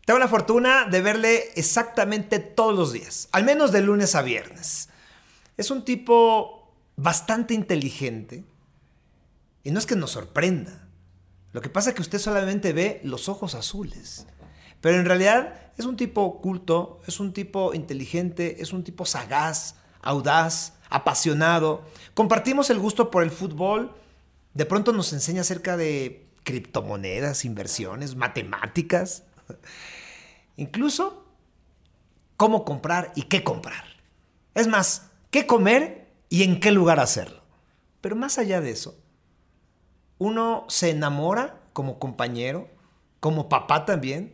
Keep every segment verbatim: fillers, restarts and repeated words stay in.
Tengo la fortuna de verle exactamente todos los días, al menos de lunes a viernes. Es un tipo bastante inteligente y no es que nos sorprenda. Lo que pasa es que usted solamente ve los ojos azules. Pero en realidad es un tipo culto, es un tipo inteligente, es un tipo sagaz, audaz, apasionado. Compartimos el gusto por el fútbol. De pronto nos enseña acerca de criptomonedas, inversiones, matemáticas. Incluso cómo comprar y qué comprar. Es más, qué comer y en qué lugar hacerlo. Pero más allá de eso, uno se enamora como compañero, como papá también,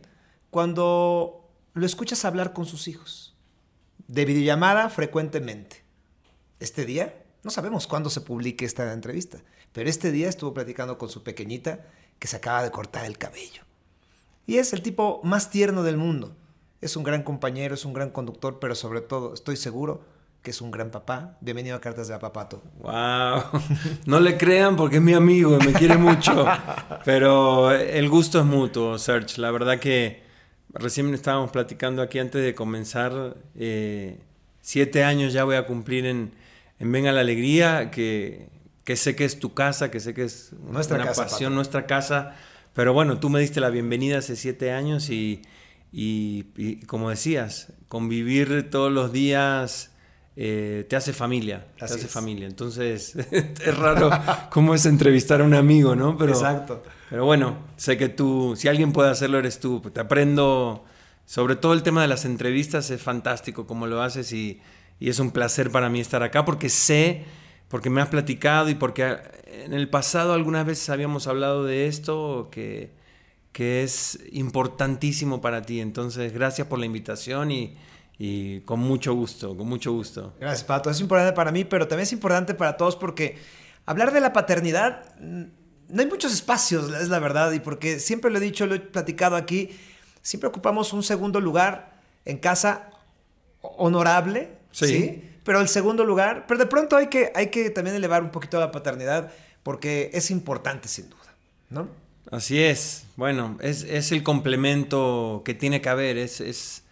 cuando lo escuchas hablar con sus hijos. De videollamada frecuentemente. Este día, no sabemos cuándo se publique esta entrevista, pero este día estuvo platicando con su pequeñita que se acaba de cortar el cabello. Y es el tipo más tierno del mundo. Es un gran compañero, es un gran conductor, pero sobre todo estoy seguro que es un gran papá. Bienvenido a Cartas de Papato. ¡Wow! No le crean porque es mi amigo y me quiere mucho. Pero el gusto es mutuo, Serge. La verdad que recién estábamos platicando aquí antes de comenzar. Eh, siete años ya voy a cumplir en, en Venga la Alegría, que, que sé que es tu casa, que sé que es nuestra una casa, pasión, Pato. nuestra casa. Pero bueno, tú me diste la bienvenida hace siete años y, y, y como decías, convivir todos los días eh, te hace familia, Así te hace es. familia. Entonces es raro cómo es entrevistar a un amigo, ¿no? Pero, Exacto. Pero bueno, sé que tú, si alguien puede hacerlo, eres tú. Te aprendo, sobre todo el tema de las entrevistas, es fantástico cómo lo haces y, y es un placer para mí estar acá porque sé, porque me has platicado y porque en el pasado algunas veces habíamos hablado de esto que, que es importantísimo para ti. Entonces, gracias por la invitación y, y con mucho gusto, con mucho gusto. Gracias, Pato. Es importante para mí, pero también es importante para todos porque hablar de la paternidad, no hay muchos espacios, es la verdad, y porque siempre lo he dicho, lo he platicado aquí, siempre ocupamos un segundo lugar en casa honorable, ¿sí? ¿sí? Pero el segundo lugar, pero de pronto hay que, hay que también elevar un poquito la paternidad porque es importante sin duda, ¿no? Así es. Bueno, es, es el complemento que tiene que haber, es, es,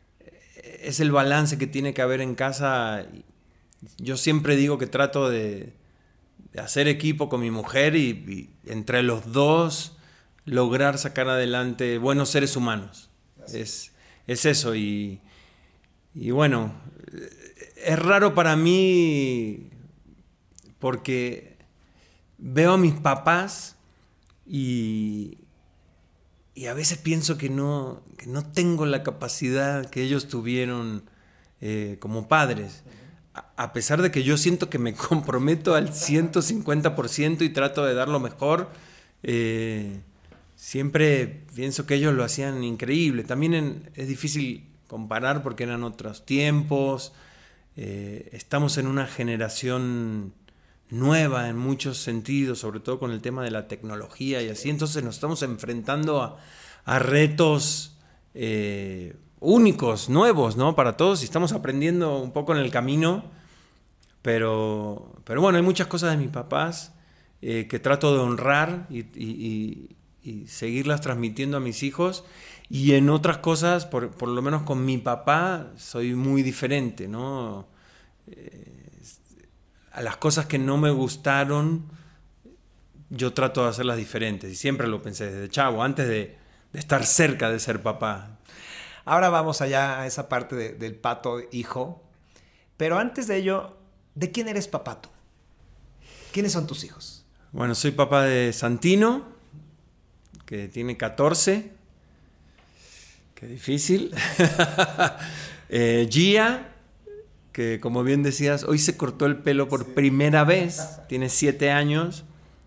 es el balance que tiene que haber en casa. Yo siempre digo que trato de, de hacer equipo con mi mujer y, y entre los dos lograr sacar adelante buenos seres humanos. Es, es eso y, y bueno, es raro para mí porque veo a mis papás y, y a veces pienso que no, que no tengo la capacidad que ellos tuvieron eh, como padres. A, a pesar de que yo siento que me comprometo al ciento cincuenta por ciento y trato de dar lo mejor, eh, siempre pienso que ellos lo hacían increíble. También en, es difícil comparar porque eran otros tiempos. Eh, estamos en una generación nueva en muchos sentidos, sobre todo con el tema de la tecnología y así, entonces nos estamos enfrentando a, a retos eh, únicos, nuevos, ¿no? Para todos y estamos aprendiendo un poco en el camino, pero, pero bueno, hay muchas cosas de mis papás eh, que trato de honrar y, y, y, y seguirlas transmitiendo a mis hijos. Y en otras cosas, por, por lo menos con mi papá, soy muy diferente, ¿no? Eh, a las cosas que no me gustaron, yo trato de hacerlas diferentes. Y siempre lo pensé desde chavo, antes de, de estar cerca de ser papá. Ahora vamos allá a esa parte de, del Pato hijo. Pero antes de ello, ¿de quién eres papá tú? ¿Quiénes son tus hijos? Bueno, soy papá de Santino, que tiene catorce. Qué difícil. eh, Gia, que como bien decías, hoy se cortó el pelo por sí. primera vez, tiene siete años,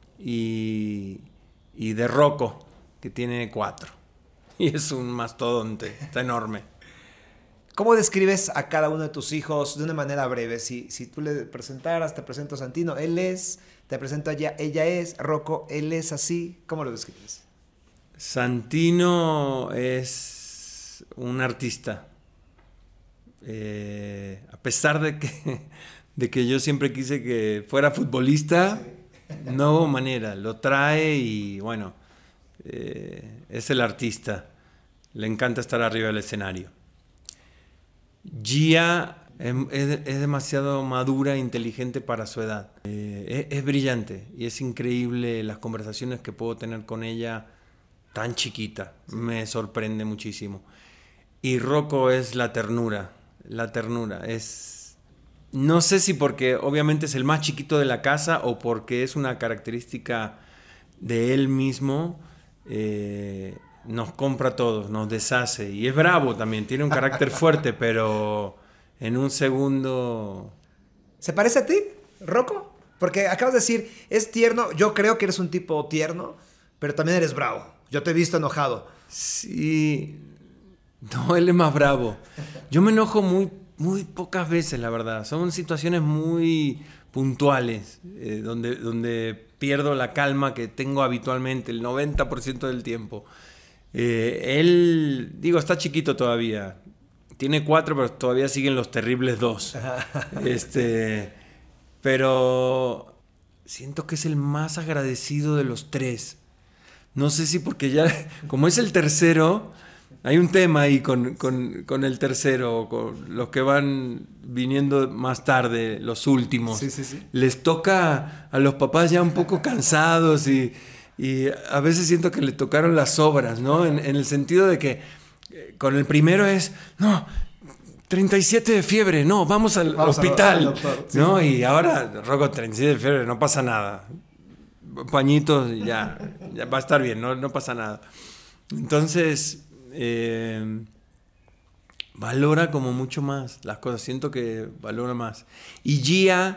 y, y de Rocco, que tiene cuatro. Y es un mastodonte, está enorme. ¿Cómo describes a cada uno de tus hijos de una manera breve? Si, si tú le presentaras, te presento a Santino, él es, te presento a ella, ella es, Rocco, él es así, ¿cómo lo describes? Santino es un artista. Eh, a pesar de que, de que yo siempre quise que fuera futbolista, sí. No hubo manera, lo trae y bueno, eh, es el artista. le encanta estar arriba del escenario. Gia es, es, es demasiado madura e inteligente para su edad. Eh, es, es brillante y es increíble las conversaciones que puedo tener con ella tan chiquita. Me sorprende muchísimo. Y Rocco es la ternura, la ternura. Es, no sé si porque obviamente es el más chiquito de la casa o porque es una característica de él mismo. Eh, nos compra a todos, nos deshace. Y es bravo también, tiene un carácter fuerte, pero en un segundo... ¿Se parece a ti, Rocco? Porque acabas de decir, es tierno. Yo creo que eres un tipo tierno, pero también eres bravo. Yo te he visto enojado. Sí... No, él es más bravo. Yo me enojo muy, muy pocas veces, la verdad. Son situaciones muy puntuales, eh, donde, donde pierdo la calma que tengo habitualmente el noventa por ciento del tiempo. Eh, él, digo, está chiquito todavía. Tiene cuatro, pero todavía siguen los terribles dos. este, pero siento que es el más agradecido de los tres. No sé si porque ya, como es el tercero... Hay un tema ahí con, con, con el tercero, con los que van viniendo más tarde, los últimos. Sí, sí, sí. Les toca a los papás ya un poco cansados y, y a veces siento que le tocaron las obras, ¿no? En, en el sentido de que eh, con el primero es, no, treinta y siete de fiebre, no, vamos al vamos hospital, al doctor, sí. ¿No? Y ahora, Rocco, treinta y siete de fiebre, no pasa nada. Pañitos, ya, ya va a estar bien, no, no pasa nada. Entonces... Eh, valora como mucho más las cosas, siento que valora más. Y Gia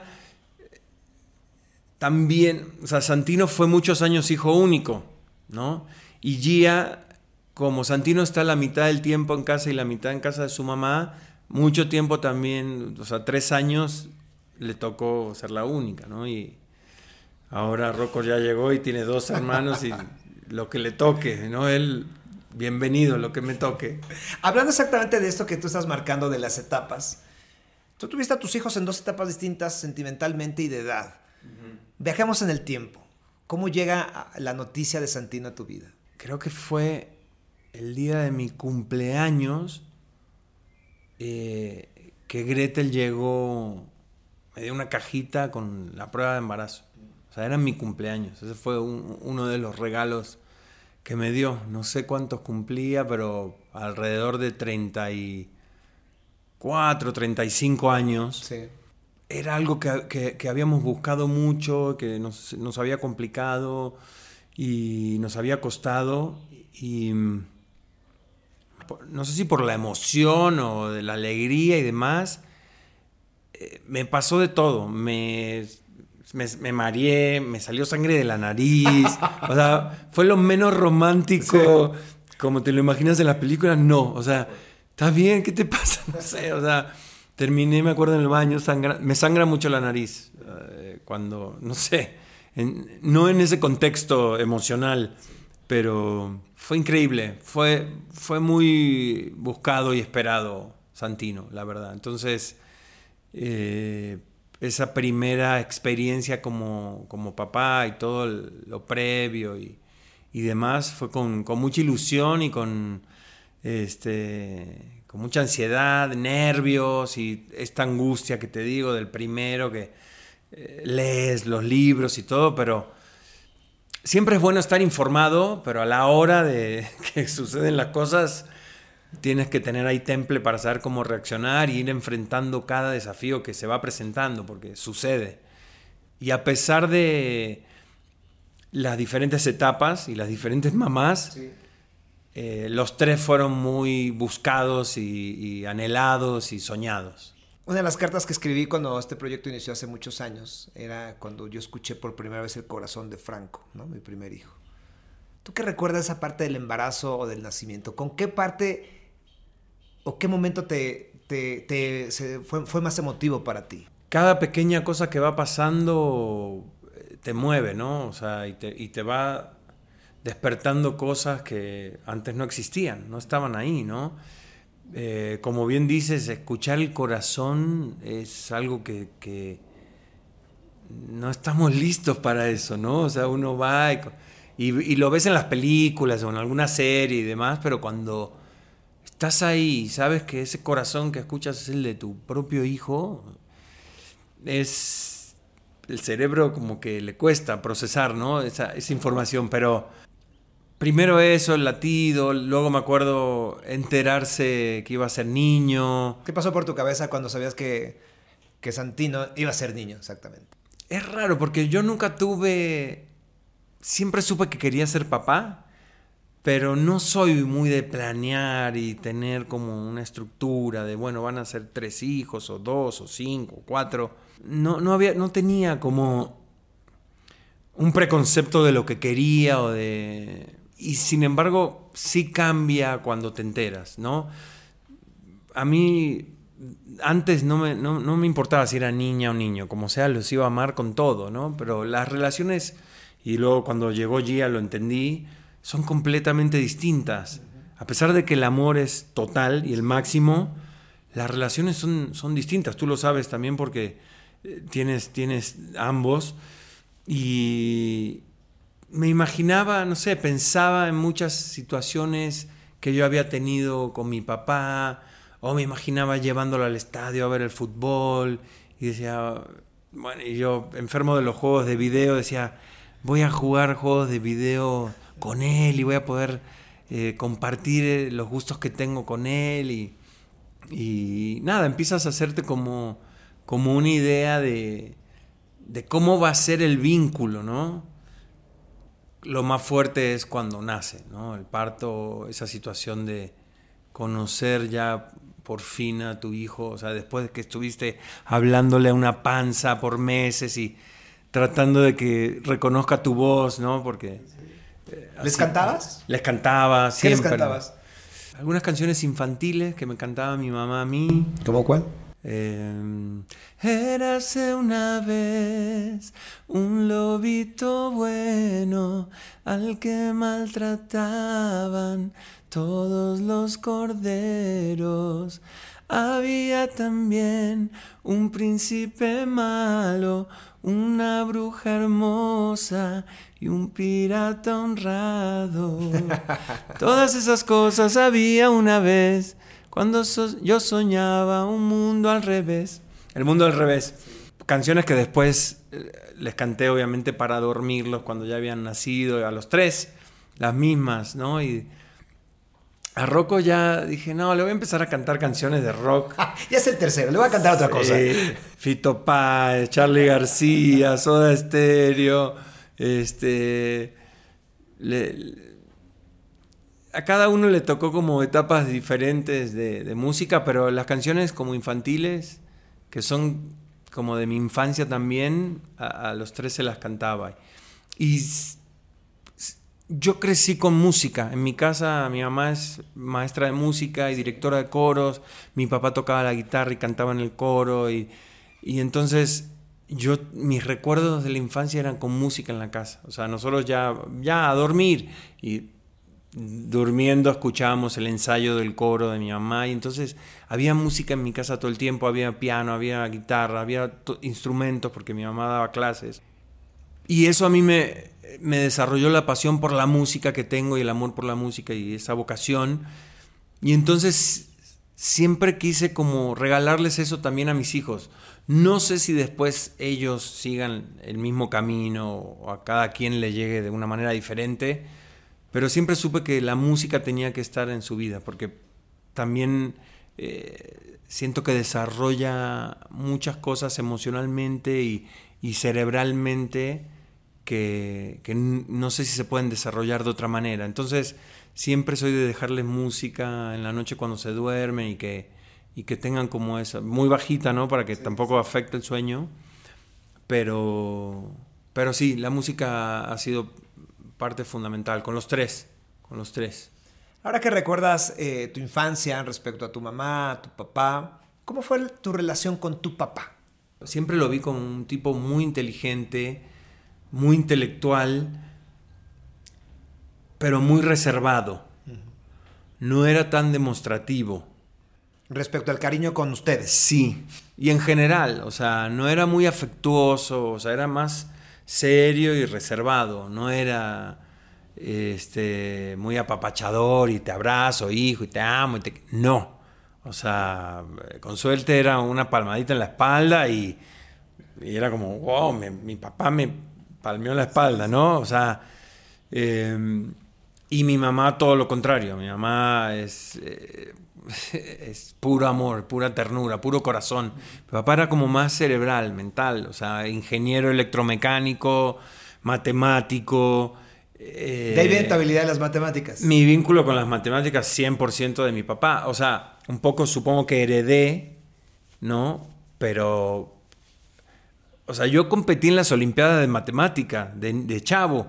también, o sea, Santino fue muchos años hijo único, ¿no? Y Gia, como Santino está la mitad del tiempo en casa y la mitad en casa de su mamá, mucho tiempo también, o sea, tres años le tocó ser la única, ¿no? Y ahora Rocco ya llegó y tiene dos hermanos y lo que le toque, ¿no? Él... Bienvenido, lo que me toque. Hablando exactamente de esto que tú estás marcando de las etapas, tú tuviste a tus hijos en dos etapas distintas sentimentalmente y de edad. Uh-huh. Viajamos en el tiempo. ¿Cómo llega la noticia de Santino a tu vida? Creo que fue el día de mi cumpleaños eh, que Gretel llegó, me dio una cajita con la prueba de embarazo. O sea, era mi cumpleaños. Ese fue un, uno de los regalos que me dio, no sé cuántos cumplía, pero alrededor de treinta y cuatro, treinta y cinco años. Sí. Era algo que, que, que habíamos buscado mucho, que nos, nos había complicado y nos había costado. Y no sé si por la emoción o de la alegría y demás, eh, me pasó de todo. Me... Me, me mareé, me salió sangre de la nariz, o sea, fue lo menos romántico, sí. Como te lo imaginas en las películas, no, o sea, ¿estás bien? ¿Qué te pasa? No sé, o sea, terminé, me acuerdo en el baño, sangra, me sangra mucho la nariz, eh, cuando, no sé, en, no en ese contexto emocional, pero fue increíble, fue, fue muy buscado y esperado Santino, la verdad, entonces... Eh, esa primera experiencia como, como papá y todo lo previo y, y demás fue con, con mucha ilusión y con, este, con mucha ansiedad, nervios y esta angustia que te digo del primero que eh, lees los libros y todo, pero siempre es bueno estar informado, pero a la hora de que suceden las cosas tienes que tener ahí temple para saber cómo reaccionar y ir enfrentando cada desafío que se va presentando, porque sucede. Y a pesar de las diferentes etapas y las diferentes mamás, sí. eh, los tres fueron muy buscados y, y anhelados y soñados. Una de las cartas que escribí cuando este proyecto inició hace muchos años era cuando yo escuché por primera vez el corazón de Franco, ¿no? Mi primer hijo. ¿Tú qué recuerdas esa parte del embarazo o del nacimiento? ¿Con qué parte... ¿O qué momento te, te, te se fue, fue más emotivo para ti? Cada pequeña cosa que va pasando te mueve, ¿no? O sea, y te, y te va despertando cosas que antes no existían, no estaban ahí, ¿no? Eh, como bien dices, escuchar el corazón es algo que, que no estamos listos para eso, ¿no? O sea, uno va y, y, y lo ves en las películas o en alguna serie y demás, pero cuando... estás ahí y sabes que ese corazón que escuchas es el de tu propio hijo, es el cerebro como que le cuesta procesar, ¿no? Esa, esa información, pero primero eso, el latido, luego me acuerdo enterarse que iba a ser niño. ¿Qué pasó por tu cabeza cuando sabías que, que Santino iba a ser niño exactamente? Es raro porque yo nunca tuve, siempre supe que quería ser papá, pero no soy muy de planear y tener como una estructura de, bueno, van a ser tres hijos, o dos, o cinco, o cuatro. No, no, había, no tenía como un preconcepto de lo que quería o de... Y sin embargo, sí cambia cuando te enteras, ¿no? A mí, antes no me, no, no me importaba si era niña o niño, como sea, los iba a amar con todo, ¿no? Pero las relaciones, y luego cuando llegó Gia lo entendí, son completamente distintas. A pesar de que el amor es total y el máximo, las relaciones son, son distintas. Tú lo sabes también porque tienes, tienes ambos. Y me imaginaba, no sé, pensaba en muchas situaciones que yo había tenido con mi papá, o me imaginaba llevándolo al estadio a ver el fútbol, y decía, bueno, y yo enfermo de los juegos de video, decía, voy a jugar juegos de video con él y voy a poder eh, compartir los gustos que tengo con él y, y nada, empiezas a hacerte como, como una idea de, de cómo va a ser el vínculo, ¿no? Lo más fuerte es cuando nace, ¿no? El parto, esa situación de conocer ya por fin a tu hijo, o sea, después de que estuviste hablándole a una panza por meses y tratando de que reconozca tu voz, ¿no? Porque... Eh, ¿Les así, cantabas? Les cantaba siempre. ¿Qué les cantabas? Algunas canciones infantiles que me cantaba mi mamá a mí. ¿Cómo cuál? Eh, Érase una vez un lobito bueno al que maltrataban todos los corderos. Había también un príncipe malo, una bruja hermosa y un pirata honrado. Todas esas cosas había una vez cuando so- yo soñaba un mundo al revés. El mundo al revés. Canciones que después eh, les canté obviamente para dormirlos cuando ya habían nacido, a los tres, las mismas, ¿no? Y a Rocco ya dije, no, le voy a empezar a cantar canciones de rock. Ah, ya es el tercero, le voy a cantar otra cosa. Eh, Fito Páez, Charly García, Soda Stereo, este... Le, le, a cada uno le tocó como etapas diferentes de, de música, pero las canciones como infantiles, que son como de mi infancia también, a, a los tres se las cantaba. Y yo crecí con música. En mi casa mi mamá es maestra de música y directora de coros, mi papá tocaba la guitarra y cantaba en el coro, y, y entonces yo, mis recuerdos de la infancia eran con música en la casa. O sea, nosotros ya, ya a dormir, y durmiendo escuchábamos el ensayo del coro de mi mamá, y entonces había música en mi casa todo el tiempo, había piano, había guitarra, había to- instrumentos porque mi mamá daba clases, y eso a mí me, me desarrolló la pasión por la música que tengo y el amor por la música y esa vocación, y entonces siempre quise como regalarles eso también a mis hijos. No sé si después ellos sigan el mismo camino o a cada quien le llegue de una manera diferente, pero siempre supe que la música tenía que estar en su vida, porque también eh, siento que desarrolla muchas cosas emocionalmente y, y cerebralmente que, que no sé si se pueden desarrollar de otra manera. Entonces siempre soy de dejarles música en la noche cuando se duermen, y que, y que tengan como esa, muy bajita, ¿no? Para que sí, tampoco afecte el sueño, pero, pero sí, la música ha sido parte fundamental, con los tres, con los tres. Ahora que recuerdas eh, tu infancia respecto a tu mamá, tu papá, ¿cómo fue tu relación con tu papá? Siempre lo vi como un tipo muy inteligente, muy intelectual, pero muy reservado. Uh-huh. No era tan demostrativo. Respecto al cariño con ustedes. Sí, y en general, o sea, no era muy afectuoso, o sea, era más serio y reservado, no era este, muy apapachador y te abrazo, hijo, y te amo. Y te... No. O sea, con suerte era una palmadita en la espalda y, y era como, wow, me, mi papá me palmeó la espalda, ¿no? O sea, eh, y mi mamá todo lo contrario. Mi mamá es, eh, es puro amor, pura ternura, puro corazón. Mi papá era como más cerebral, mental, o sea, ingeniero electromecánico, matemático. Eh, de ahí viene tu habilidad de las matemáticas. Mi vínculo con las matemáticas cien por ciento de mi papá. O sea, un poco supongo que heredé, ¿no? Pero, o sea, yo competí en las Olimpiadas de Matemática de, de chavo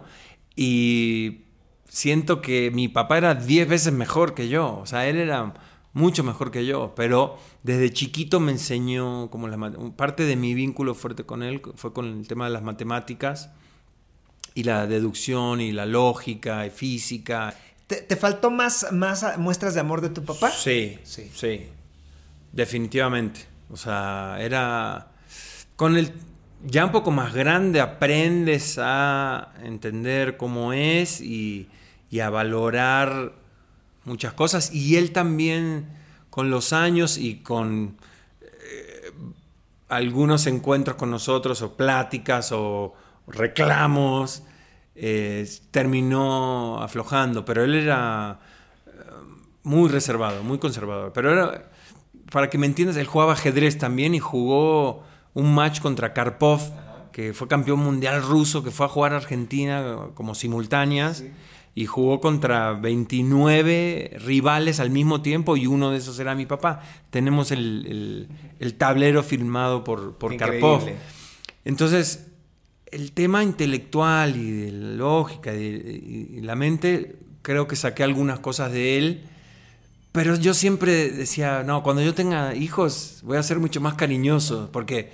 y siento que mi papá era diez veces mejor que yo. O sea, él era mucho mejor que yo, pero desde chiquito me enseñó como la, parte de mi vínculo fuerte con él fue con el tema de las matemáticas y la deducción y la lógica y física. ¿Te, te faltó más, más muestras de amor de tu papá? Sí, sí, sí, definitivamente. O sea, era... Con el ya un poco más grande aprendes a entender cómo es y, y a valorar muchas cosas. Y él también, con los años y con eh, algunos encuentros con nosotros o pláticas o reclamos, eh, terminó aflojando. Pero él era muy reservado, muy conservador. Pero era, para que me entiendas, él jugaba ajedrez también y jugó un match contra Karpov, que fue campeón mundial ruso, que fue a jugar a Argentina como simultáneas, sí. Y jugó contra veintinueve rivales al mismo tiempo y uno de esos era mi papá. Tenemos el, el, el tablero firmado por, por Karpov. Entonces, el tema intelectual y de la lógica y, de, y la mente, creo que saqué algunas cosas de él. Pero yo siempre decía, no, cuando yo tenga hijos voy a ser mucho más cariñoso, porque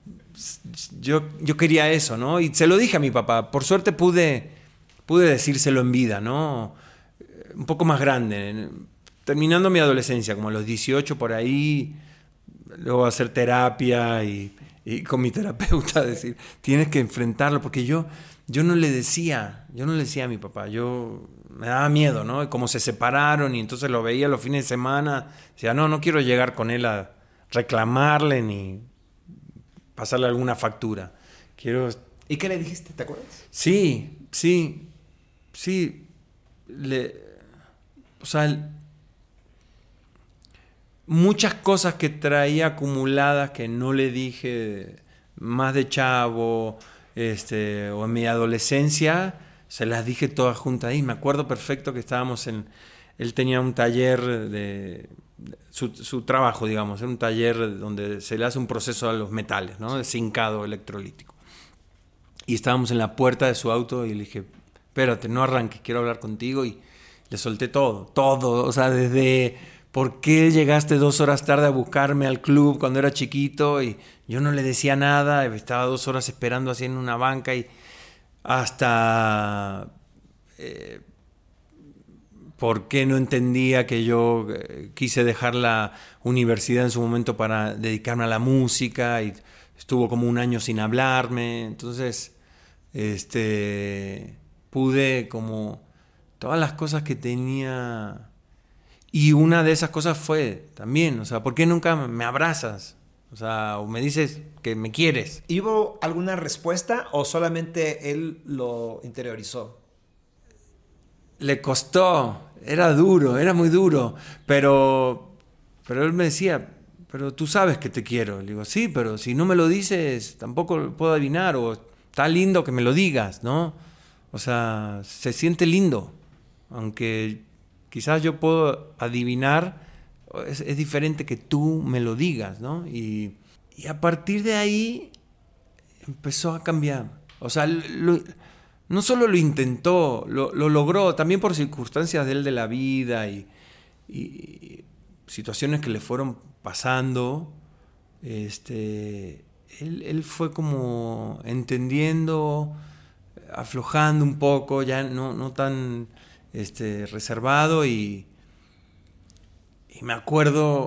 yo, yo quería eso, ¿no? Y se lo dije a mi papá. Por suerte pude, pude decírselo en vida, ¿no? Un poco más grande. Terminando mi adolescencia, como a los dieciocho por ahí, luego hacer terapia y, y con mi terapeuta decir, tienes que enfrentarlo, porque yo, yo no le decía, yo no le decía a mi papá, yo... me daba miedo, ¿no? Y como se separaron y entonces lo veía los fines de semana, decía, no, no quiero llegar con él a reclamarle ni pasarle alguna factura. Quiero... ¿Y qué le dijiste? ¿Te acuerdas? Sí, sí, sí. Le... O sea, muchas cosas que traía acumuladas que no le dije más de chavo, este, o en mi adolescencia... se las dije todas juntas ahí. Me acuerdo perfecto que estábamos en... Él tenía un taller de... Su, su trabajo, digamos, era un taller donde se le hace un proceso a los metales, ¿no? De zincado electrolítico. Y estábamos en la puerta de su auto y le dije, espérate, no arranques, quiero hablar contigo. Y le solté todo, todo. O sea, desde por qué llegaste dos horas tarde a buscarme al club cuando era chiquito. Y yo no le decía nada, estaba dos horas esperando así en una banca y... hasta eh, por qué no entendía que yo eh, quise dejar la universidad en su momento para dedicarme a la música y estuvo como un año sin hablarme. Entonces este, pude como todas las cosas que tenía, y una de esas cosas fue también, o sea, ¿por qué nunca me abrazas? O sea, o me dices que me quieres. ¿Y hubo alguna respuesta o solamente él lo interiorizó? Le costó, era duro, era muy duro, pero, pero él me decía, pero tú sabes que te quiero. Le digo, sí, pero si no me lo dices, tampoco lo puedo adivinar, o está lindo que me lo digas, ¿no? O sea, se siente lindo, aunque quizás yo puedo adivinar. Es, es diferente que tú me lo digas, ¿no? Y, y a partir de ahí empezó a cambiar. O sea, lo, no solo lo intentó, lo, lo logró, también por circunstancias de él de la vida y, y situaciones que le fueron pasando. Este, él, él fue como entendiendo, aflojando un poco, ya no, no tan este, reservado y... Y me acuerdo,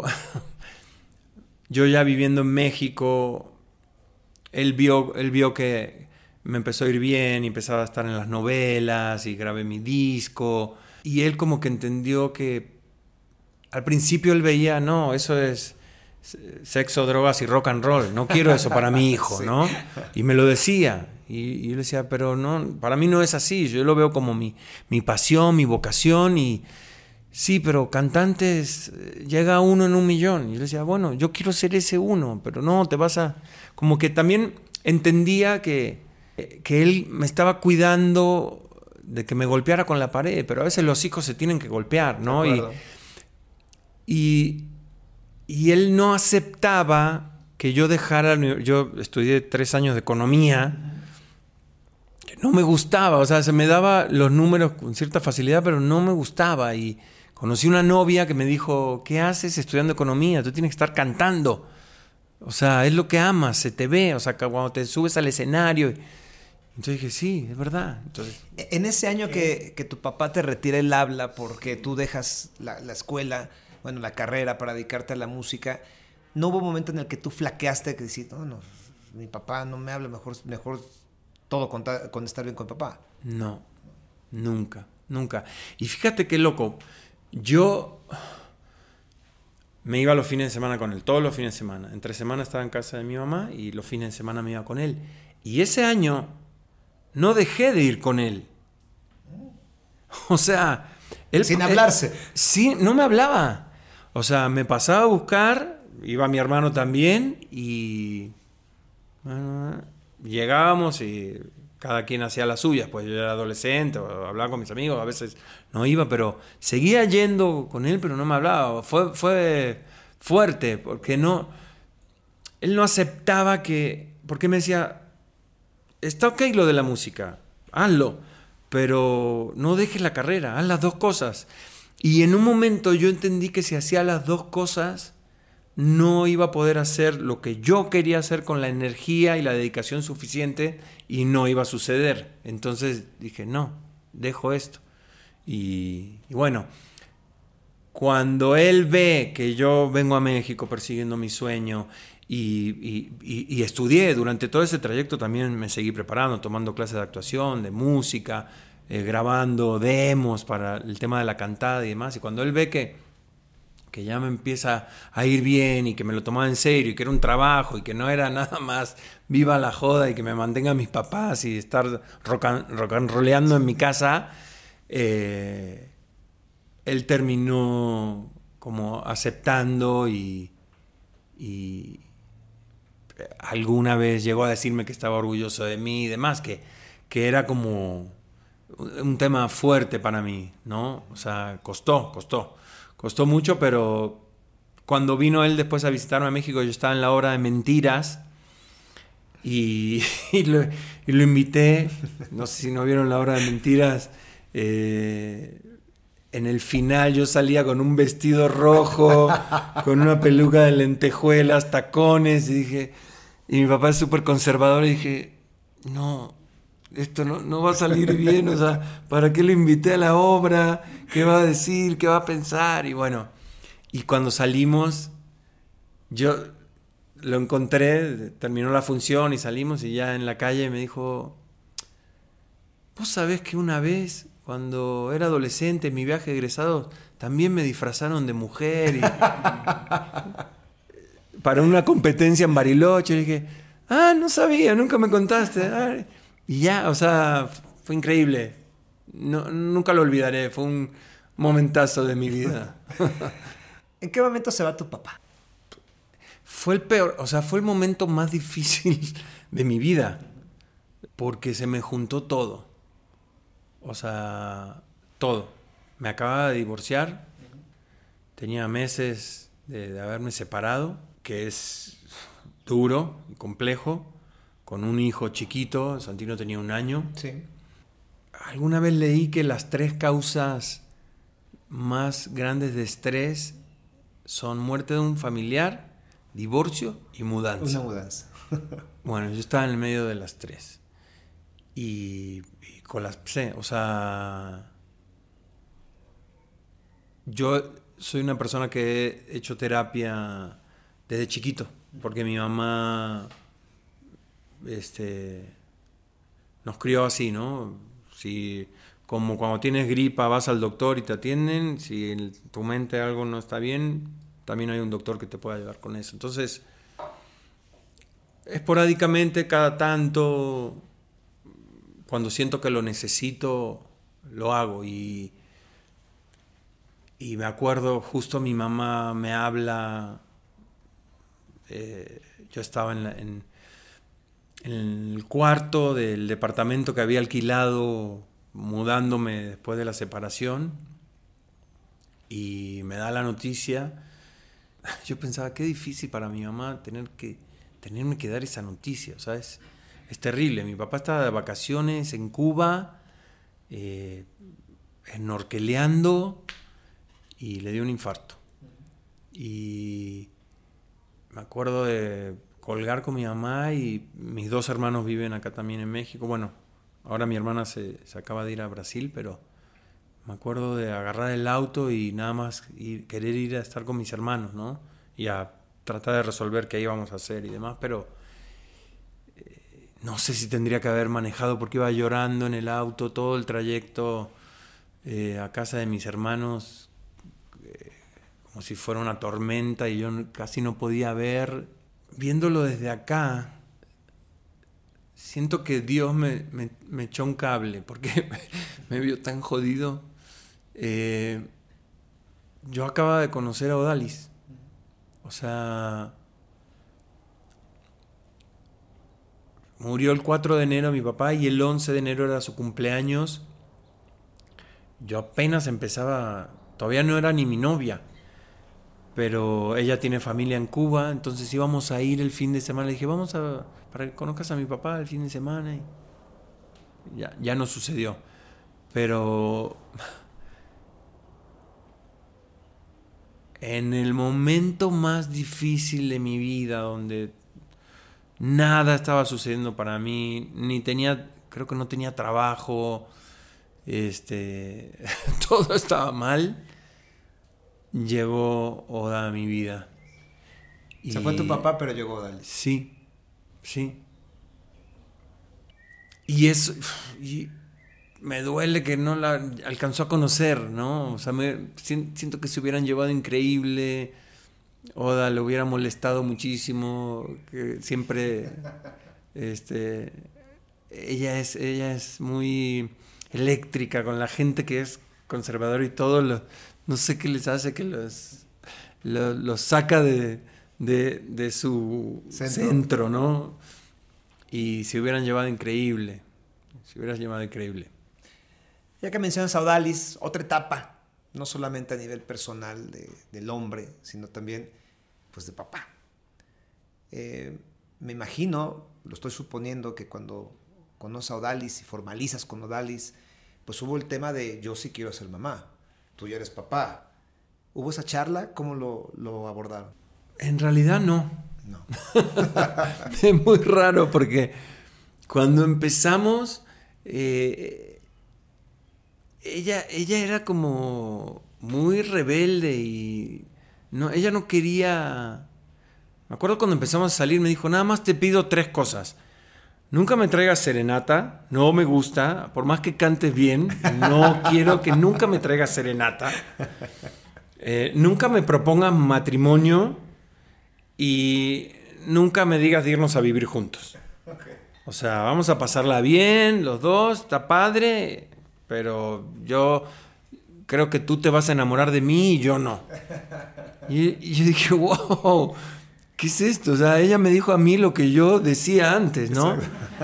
yo ya viviendo en México, él vio, él vio que me empezó a ir bien y empezaba a estar en las novelas y grabé mi disco. Y él como que entendió que al principio él veía, no, eso es sexo, drogas y rock and roll. No quiero eso para mi hijo, sí. ¿no? Y me lo decía. Y, y yo le decía, pero no, para mí no es así. Yo lo veo como mi, mi pasión, mi vocación. Y sí, pero cantantes, llega uno en un millón. Y yo le decía, bueno, yo quiero ser ese uno, pero no, te vas a... Como que también entendía que, que él me estaba cuidando de que me golpeara con la pared, pero a veces los hijos se tienen que golpear, ¿no? Y, y, y él no aceptaba que yo dejara... Yo estudié tres años de economía, que no me gustaba, o sea, se me daba los números con cierta facilidad, pero no me gustaba. Y conocí una novia que me dijo, ¿qué haces estudiando economía? Tú tienes que estar cantando. O sea, es lo que amas, se te ve, o sea, cuando te subes al escenario... Entonces dije, sí, es verdad. Entonces, en ese año que, que tu papá te retira el habla porque tú dejas la, la escuela, bueno, la carrera para dedicarte a la música, ¿no hubo un momento en el que tú flaqueaste que decís, no, no, mi papá no me habla, mejor, mejor todo con, con estar bien con papá? No, nunca, nunca. Y fíjate qué loco, yo me iba los fines de semana con él, todos los fines de semana. Entre semana estaba en casa de mi mamá y los fines de semana me iba con él. Y ese año... no dejé de ir con él. O sea... Él, Sin hablarse. Él, sí, no me hablaba. O sea, me pasaba a buscar, iba mi hermano también, y... Bueno, llegábamos y cada quien hacía las suyas. Pues yo era adolescente, o hablaba con mis amigos, a veces no iba, pero seguía yendo con él, pero no me hablaba. Fue, fue fuerte, porque no... Él no aceptaba que... Porque me decía... Está ok lo de la música, hazlo, pero no dejes la carrera, haz las dos cosas. Y en un momento yo entendí que si hacía las dos cosas, no iba a poder hacer lo que yo quería hacer con la energía y la dedicación suficiente y no iba a suceder. Entonces dije, no, dejo esto. Y, y bueno, cuando él ve que yo vengo a México persiguiendo mi sueño, Y, y, y, y estudié durante todo ese trayecto, también me seguí preparando, tomando clases de actuación, de música, eh, grabando demos para el tema de la cantada y demás. Y cuando él ve que, que ya me empieza a ir bien y que me lo tomaba en serio y que era un trabajo y que no era nada más viva la joda y que me mantengan mis papás y estar rock and, rock and rolleando en mi casa, eh, él terminó como aceptando y... y alguna vez llegó a decirme que estaba orgulloso de mí y demás, que, que era como un tema fuerte para mí, ¿no? O sea, costó, costó, costó mucho, pero cuando vino él después a visitarme a México, yo estaba en la obra de Mentiras y, y, lo, y lo invité, no sé si no vieron la obra de Mentiras, eh, en el final yo salía con un vestido rojo, con una peluca de lentejuelas, tacones, y dije, y mi papá es súper conservador, y dije, no, esto no, no va a salir bien, o sea, ¿para qué lo invité a la obra? ¿Qué va a decir? ¿Qué va a pensar? Y bueno, y cuando salimos, yo lo encontré, terminó la función y salimos, y ya en la calle me dijo, ¿vos sabés que una vez... Cuando era adolescente, en mi viaje de egresado, también me disfrazaron de mujer y para una competencia en Bariloche? Y dije, ah, no sabía, nunca me contaste. Ah, y ya, o sea, fue increíble. No, nunca lo olvidaré, fue un momentazo de mi vida. ¿En qué momento se va tu papá? Fue el peor, o sea, fue el momento más difícil de mi vida, porque se me juntó todo. O sea, todo. Me acababa de divorciar, tenía meses de, de haberme separado, que es duro y complejo, con un hijo chiquito, Santino tenía un año. Sí. Alguna vez leí que las tres causas más grandes de estrés son muerte de un familiar, divorcio y mudanza. Una mudanza. Bueno, yo estaba en el medio de las tres. Y, y colapsé, o sea, yo soy una persona que he hecho terapia desde chiquito, porque mi mamá este, nos crió así, ¿no? Si, como cuando tienes gripa vas al doctor y te atienden, si en tu mente algo no está bien, también hay un doctor que te puede ayudar con eso. Entonces, esporádicamente, cada tanto, cuando siento que lo necesito, lo hago. Y, y me acuerdo, justo mi mamá me habla, eh, yo estaba en, la, en, en el cuarto del departamento que había alquilado mudándome después de la separación, y me da la noticia. Yo pensaba, qué difícil para mi mamá tener que, tenerme que dar esa noticia, ¿sabes? Es terrible. Mi papá estaba de vacaciones en Cuba, eh, snorkeleando, y le dio un infarto. Y me acuerdo de colgar con mi mamá, y mis dos hermanos viven acá también en México. Bueno, ahora mi hermana se, se acaba de ir a Brasil, pero me acuerdo de agarrar el auto y nada más ir, querer ir a estar con mis hermanos, ¿no? Y a tratar de resolver qué íbamos a hacer y demás, pero eh, no sé si tendría que haber manejado, porque iba llorando en el auto todo el trayecto eh, a casa de mis hermanos, eh, como si fuera una tormenta, y yo casi no podía ver. Viéndolo desde acá, siento que Dios me, me, me echó un cable, porque me vio tan jodido. Eh, yo acababa de conocer a Odalis. O sea, murió el cuatro de enero mi papá, y el once de enero era su cumpleaños. Yo apenas empezaba, todavía no era ni mi novia, pero ella tiene familia en Cuba, entonces íbamos a ir el fin de semana. Le dije, vamos a, para que conozcas a mi papá el fin de semana. Y ya, ya no sucedió. Pero en el momento más difícil de mi vida, donde nada estaba sucediendo para mí, ni tenía, creo que no tenía trabajo, este, todo estaba mal, llegó Oda a mi vida. Se y... fue tu papá, pero llegó Odalis. Sí, sí. Y eso, y me duele que no la alcanzó a conocer, ¿no? O sea, me, siento que se hubieran llevado increíble. Oda le hubiera molestado muchísimo, que siempre, este, ella es, ella es muy eléctrica con la gente que es conservadora y todo. Lo, no sé qué les hace que los, los, los saca de, de, de su centro. centro, ¿no? Y se hubieran llevado increíble, se hubieran llevado increíble. Ya que mencionas a Odalis, otra etapa, no solamente a nivel personal de, del hombre, sino también pues de papá. Eh, me imagino, lo estoy suponiendo, que cuando conoces a Odalis y formalizas con Odalis, pues hubo el tema de yo sí quiero ser mamá, tú ya eres papá. ¿Hubo esa charla? ¿Cómo lo, lo abordaron? En realidad no. No. Es muy raro, porque cuando empezamos, eh, ella, ella era como muy rebelde y no, ella no quería. Me acuerdo cuando empezamos a salir, me dijo, nada más te pido tres cosas. Nunca me traigas serenata, no me gusta, por más que cantes bien, no quiero que nunca me traigas serenata. Eh, nunca me propongas matrimonio y nunca me digas de irnos a vivir juntos. Okay. O sea, vamos a pasarla bien, los dos, está padre, pero yo creo que tú te vas a enamorar de mí y yo no. Y, y yo dije, wow, ¿qué es esto? O sea, ella me dijo a mí lo que yo decía antes, ¿no?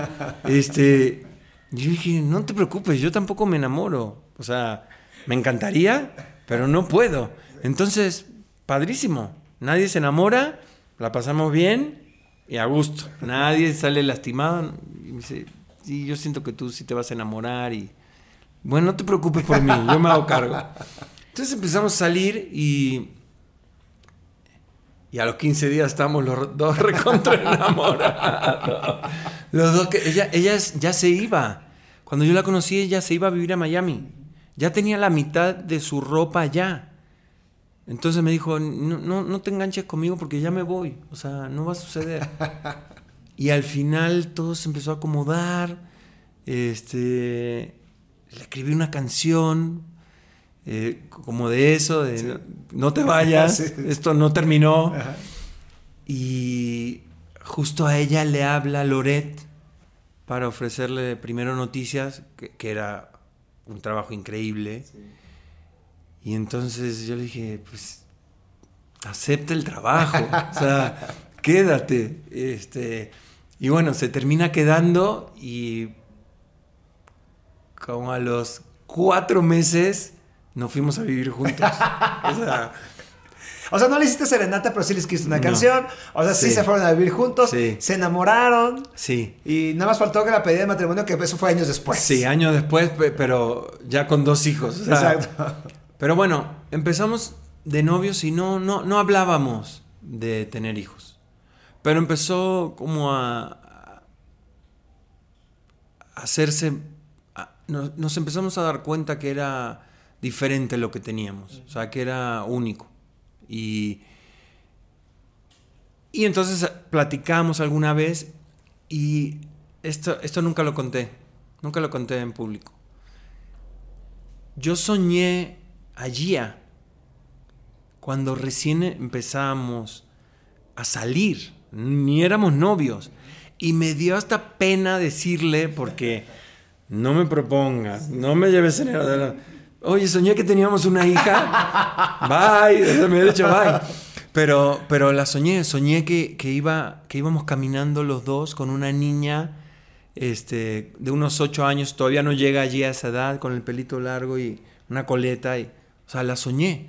Este, yo dije, no te preocupes, yo tampoco me enamoro. O sea, me encantaría, pero no puedo. Entonces, padrísimo. Nadie se enamora, la pasamos bien y a gusto. Nadie sale lastimado. Y me dice, sí, yo siento que tú sí te vas a enamorar y... Bueno, no te preocupes por mí, yo me hago cargo. Entonces empezamos a salir y... Y a los quince días estamos los dos recontra enamorados. Los dos que... Ella, ella ya se iba. Cuando yo la conocí, ella se iba a vivir a Miami. Ya tenía la mitad de su ropa allá. Entonces me dijo, no, no, no te enganches conmigo porque ya me voy. O sea, no va a suceder. Y al final todo se empezó a acomodar. Este, le escribí una canción eh, como de eso, de sí. no, no te vayas, sí. esto no terminó. Ajá. Y justo a ella le habla Loret para ofrecerle primero noticias, que, que era un trabajo increíble. Sí. Y entonces yo le dije, pues, acepta el trabajo, o sea, quédate. Este, y bueno, se termina quedando y como a los cuatro meses nos fuimos a vivir juntos. O sea, o sea, no le hiciste serenata, pero sí le escribiste una no. canción. O sea, sí. sí se fueron a vivir juntos, sí. se enamoraron. Sí. Y nada más faltó que la pedida de matrimonio, que eso fue años después. Sí, años después, pero ya con dos hijos. O sea, exacto. Pero bueno, empezamos de novios y no, no, no hablábamos de tener hijos. Pero empezó como a, a hacerse... A, nos, nos empezamos a dar cuenta que era diferente lo que teníamos. O sea, que era único. Y, y entonces platicamos alguna vez y esto, esto nunca lo conté. Nunca lo conté en público. Yo soñé a Gia cuando recién empezamos a salir, ni éramos novios, y me dio hasta pena decirle, porque no me propongas, no me lleves en el... Oye, soñé que teníamos una hija, bye, me he dicho bye, pero, pero la soñé, soñé que, que, iba, que íbamos caminando los dos con una niña este, de unos ocho años, todavía no llega allí a esa edad, con el pelito largo y una coleta, y, o sea, la soñé.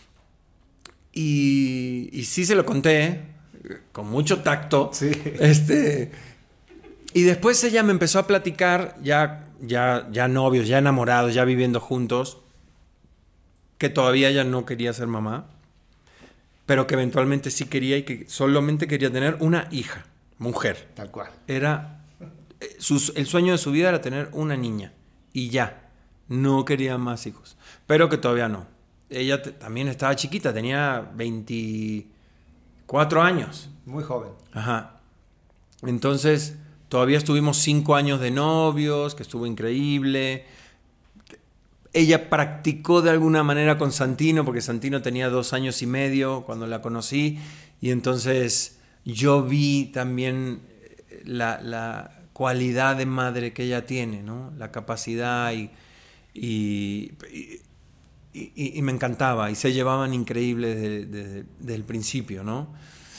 Y, y sí se lo conté, con mucho tacto. Sí. Este, y después ella me empezó a platicar, ya, ya, ya novios, ya enamorados, ya viviendo juntos, que todavía ella no quería ser mamá, pero que eventualmente sí quería y que solamente quería tener una hija, mujer. Tal cual. Era, su, el sueño de su vida era tener una niña y ya, no quería más hijos, pero que todavía no. Ella t- también estaba chiquita, tenía veinticuatro años. Muy joven. Ajá. Entonces, todavía estuvimos cinco años de novios, que estuvo increíble. Ella practicó de alguna manera con Santino, porque Santino tenía dos años y medio cuando la conocí. Y entonces yo vi también la, la cualidad de madre que ella tiene, ¿no? La capacidad y... y, y Y, y, y me encantaba, y se llevaban increíbles desde, desde, desde el principio, ¿no?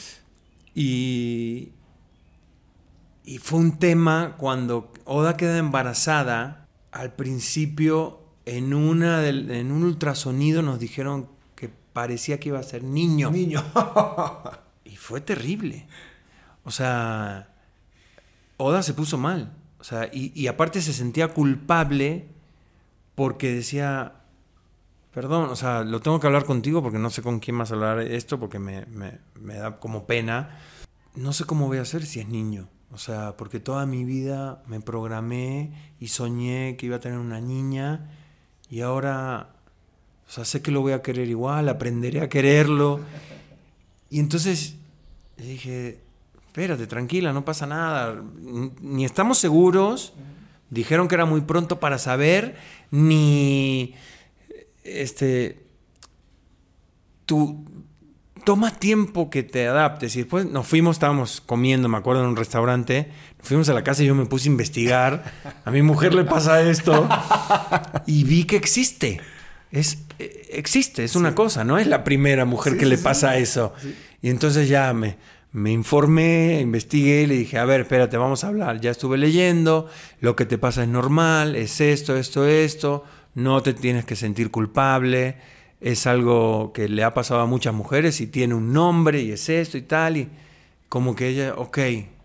Y, y fue un tema cuando Oda queda embarazada, al principio en, una del, en un ultrasonido nos dijeron que parecía que iba a ser niño. Niño. Y fue terrible. O sea, Oda se puso mal. O sea, y, y aparte se sentía culpable porque decía... Perdón, o sea, lo tengo que hablar contigo porque no sé con quién más hablar esto porque me, me, me da como pena. No sé cómo voy a hacer si es niño. O sea, porque toda mi vida me programé y soñé que iba a tener una niña y ahora, o sea, sé que lo voy a querer igual, aprenderé a quererlo. Y entonces le dije, espérate, tranquila, no pasa nada. Ni estamos seguros, dijeron que era muy pronto para saber, ni... Este, tú toma tiempo que te adaptes. Y después nos fuimos, estábamos comiendo, me acuerdo, en un restaurante, nos fuimos a la casa y yo me puse a investigar. A mi mujer le pasa esto y vi que existe. Es, existe, es una sí. cosa, no es la primera mujer sí, que sí, le pasa sí. eso. Sí. Y entonces ya me, me informé, investigué y le dije, a ver, espérate, vamos a hablar. Ya estuve leyendo, lo que te pasa es normal, es esto, esto, esto. No te tienes que sentir culpable, es algo que le ha pasado a muchas mujeres y tiene un nombre y es esto y tal. Y como que ella, ok,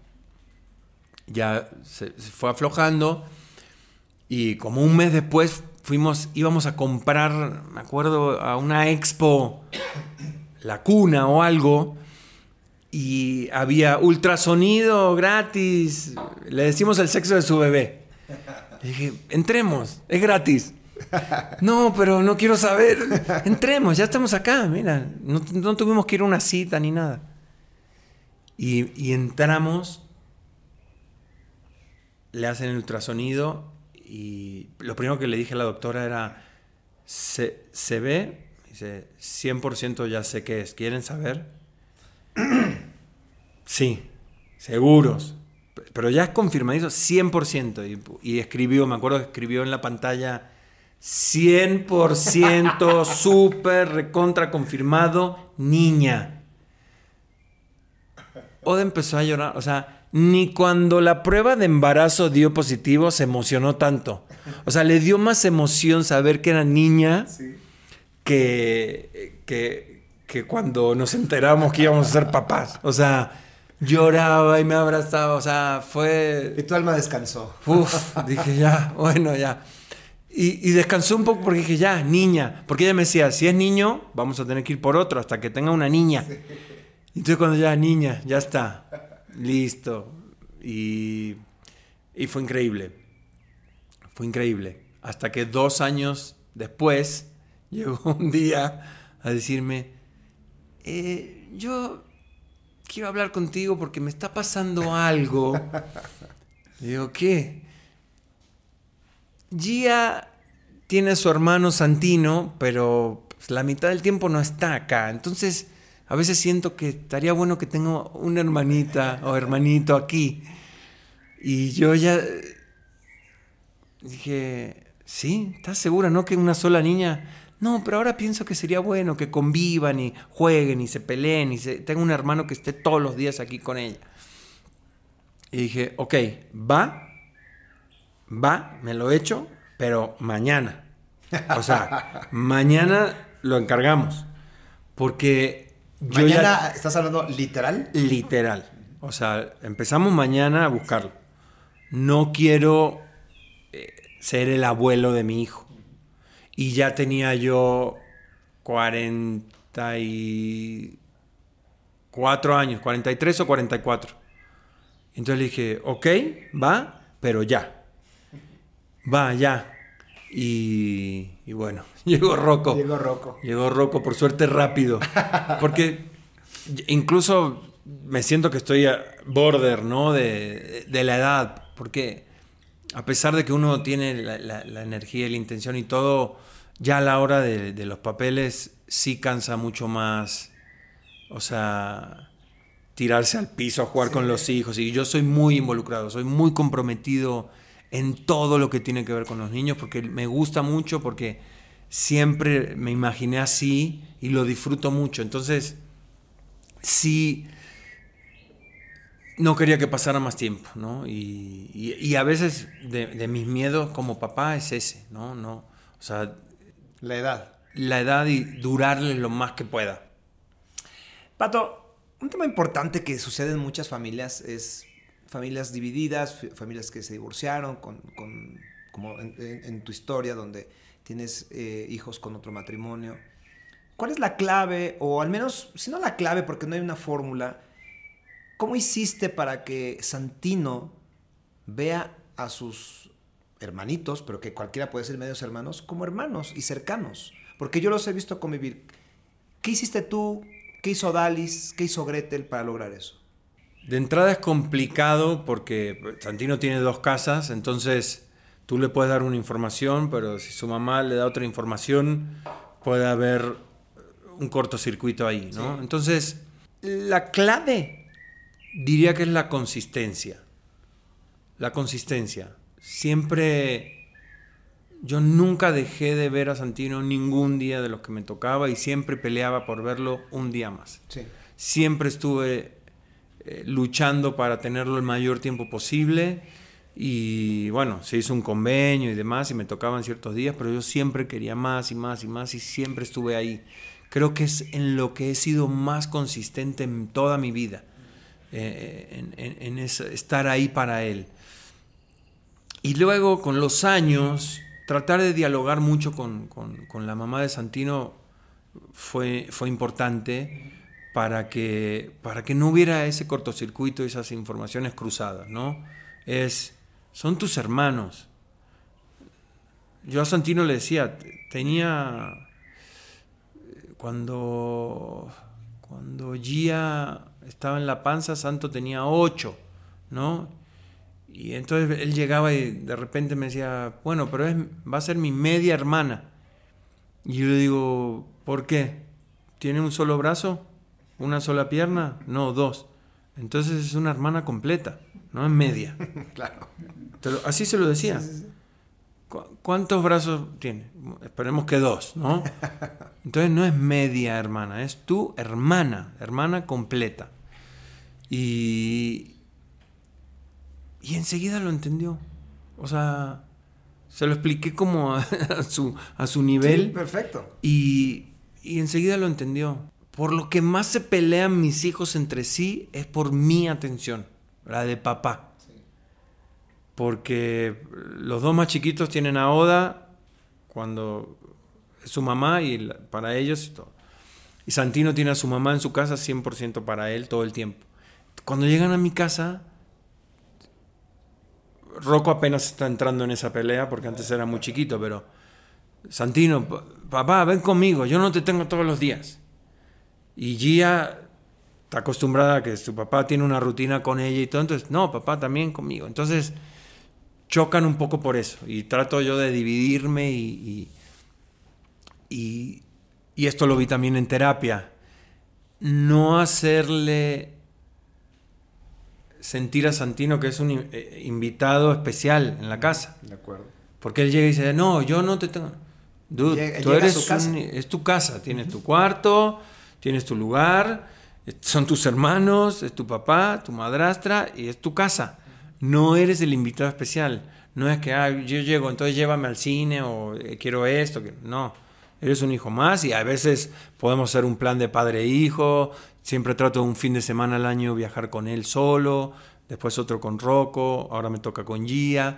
ya se, se fue aflojando y como un mes después fuimos, íbamos a comprar, me acuerdo, a una expo, La Cuna o algo, y había ultrasonido gratis, le decimos el sexo de su bebé. Le dije, entremos, es gratis. No, pero no quiero saber. Entremos, ya estamos acá, mira. No, no tuvimos que ir a una cita ni nada. Y, y entramos le hacen el ultrasonido y lo primero que le dije a la doctora era, ¿se, se ve? Dice, cien por ciento ya sé qué es. ¿Quieren saber? Sí, seguros. Pero ya es confirmadísimo, cien por ciento. Y, y escribió, me acuerdo que escribió en la pantalla, cien por ciento súper recontra confirmado, niña. Oda empezó a llorar, o sea, ni cuando la prueba de embarazo dio positivo se emocionó tanto. O sea, le dio más emoción saber que era niña sí. que, que, que cuando nos enteramos que íbamos a ser papás. O sea, lloraba y me abrazaba, o sea, fue... Y tu alma descansó. Uf, dije ya, bueno, ya. Y, y descansó un poco porque dije ya, niña. Porque ella me decía, si es niño, vamos a tener que ir por otro hasta que tenga una niña. Sí. Entonces cuando ya, niña, ya está, listo. Y, y fue increíble. Fue increíble. Hasta que dos años después llegó un día a decirme, eh, yo quiero hablar contigo porque me está pasando algo. Le digo, ¿qué? Gia tiene a su hermano Santino, pero pues, la mitad del tiempo no está acá. Entonces, a veces siento que estaría bueno que tenga una hermanita o hermanito aquí. Y yo ya dije, ¿sí? ¿Estás segura, no? Que una sola niña. No, pero ahora pienso que sería bueno que convivan y jueguen y se peleen y se... tenga un hermano que esté todos los días aquí con ella. Y dije, ok, va, va, me lo echo, pero mañana. O sea, mañana lo encargamos. Porque yo ¿Mañana ya... estás hablando literal? Literal. O sea, empezamos mañana a buscarlo. No quiero eh, ser el abuelo de mi hijo. Y ya tenía yo cuarenta y cuatro años, cuarenta y tres o cuarenta y cuatro. Entonces le dije, ok, va, pero ya. Va, ya. Y, y bueno, llegó Rocco. Llegó Rocco. Llegó Rocco, por suerte rápido. Porque incluso me siento que estoy a border, ¿no? De, de la edad. Porque a pesar de que uno tiene la, la, la energía y la intención y todo, ya a la hora de, de los papeles sí cansa mucho más. O sea, tirarse al piso a jugar sí. con los hijos. Y yo soy muy involucrado, soy muy comprometido en todo lo que tiene que ver con los niños, porque me gusta mucho, porque siempre me imaginé así y lo disfruto mucho. Entonces, sí, no quería que pasara más tiempo, ¿no? Y, y, y a veces de, de mis miedos como papá es ese, ¿no? no o sea, la edad. La edad y durarle lo más que pueda. Pato, un tema importante que sucede en muchas familias es familias divididas, familias que se divorciaron, con, con, como en, en, en tu historia, donde tienes eh, hijos con otro matrimonio. ¿Cuál es la clave, o al menos, si no la clave, porque no hay una fórmula, cómo hiciste para que Santino vea a sus hermanitos, pero que cualquiera puede ser medios hermanos, como hermanos y cercanos? Porque yo los he visto convivir. ¿Qué hiciste tú? ¿Qué hizo Dalis? ¿Qué hizo Gretel para lograr eso? De entrada es complicado porque Santino tiene dos casas, entonces tú le puedes dar una información, pero si su mamá le da otra información, puede haber un cortocircuito ahí, ¿no? Sí. Entonces, la clave diría que es la consistencia. La consistencia. Siempre, yo nunca dejé de ver a Santino ningún día de los que me tocaba y siempre peleaba por verlo un día más. Sí. Siempre estuve eh, luchando para tenerlo el mayor tiempo posible y bueno, se hizo un convenio y demás y me tocaban ciertos días, pero yo siempre quería más y más y más y siempre estuve ahí. Creo que es en lo que he sido más consistente en toda mi vida, eh, en, en, en eso, estar ahí para él. Y luego, con los años, tratar de dialogar mucho con, con, con la mamá de Santino fue, fue importante para que, para que no hubiera ese cortocircuito, esas informaciones cruzadas, ¿no? Es, son tus hermanos. Yo a Santino le decía, tenía... Cuando, cuando Gia estaba en la panza, Santo tenía ocho, ¿no? Y entonces él llegaba y de repente me decía, bueno, pero es, va a ser mi media hermana. Y yo le digo, ¿por qué? ¿Tiene un solo brazo? ¿Una sola pierna? No, dos. Entonces es una hermana completa, no es media. Claro. Pero así se lo decía. Sí, sí, sí. ¿Cu- ¿Cuántos brazos tiene? Esperemos que dos, ¿no? Entonces no es media hermana, es tu hermana, hermana completa. Y, y enseguida lo entendió. O sea, se lo expliqué como a, a, su, a su nivel. Sí, perfecto. Y, y enseguida lo entendió. Por lo que más se pelean mis hijos entre sí es por mi atención, la de papá. Sí. Porque los dos más chiquitos tienen a Oda cuando es su mamá y la, para ellos y todo. Y Santino tiene a su mamá en su casa cien por ciento para él todo el tiempo. Cuando llegan a mi casa, Rocco apenas está entrando en esa pelea porque antes era muy chiquito, pero Santino, papá, ven conmigo, yo no te tengo todos los días. Y Gia está acostumbrada a que su papá tiene una rutina con ella y todo, entonces, no, papá, también conmigo. Entonces, chocan un poco por eso. Y trato yo de dividirme y, y, y, y esto lo vi también en terapia. No hacerle sentir a Santino que es un invitado especial en la casa. De acuerdo. Porque él llega y dice, no, yo no te tengo... Dude, llega, tú eres su casa. Un, es tu casa, tienes tu cuarto... Tienes tu lugar, son tus hermanos, es tu papá, tu madrastra y es tu casa. No eres el invitado especial. No es que ah, yo llego, entonces llévame al cine o eh, quiero esto. Que... No, eres un hijo más y a veces podemos hacer un plan de padre e hijo. Siempre trato un fin de semana al año viajar con él solo, después otro con Rocco, ahora me toca con Gia.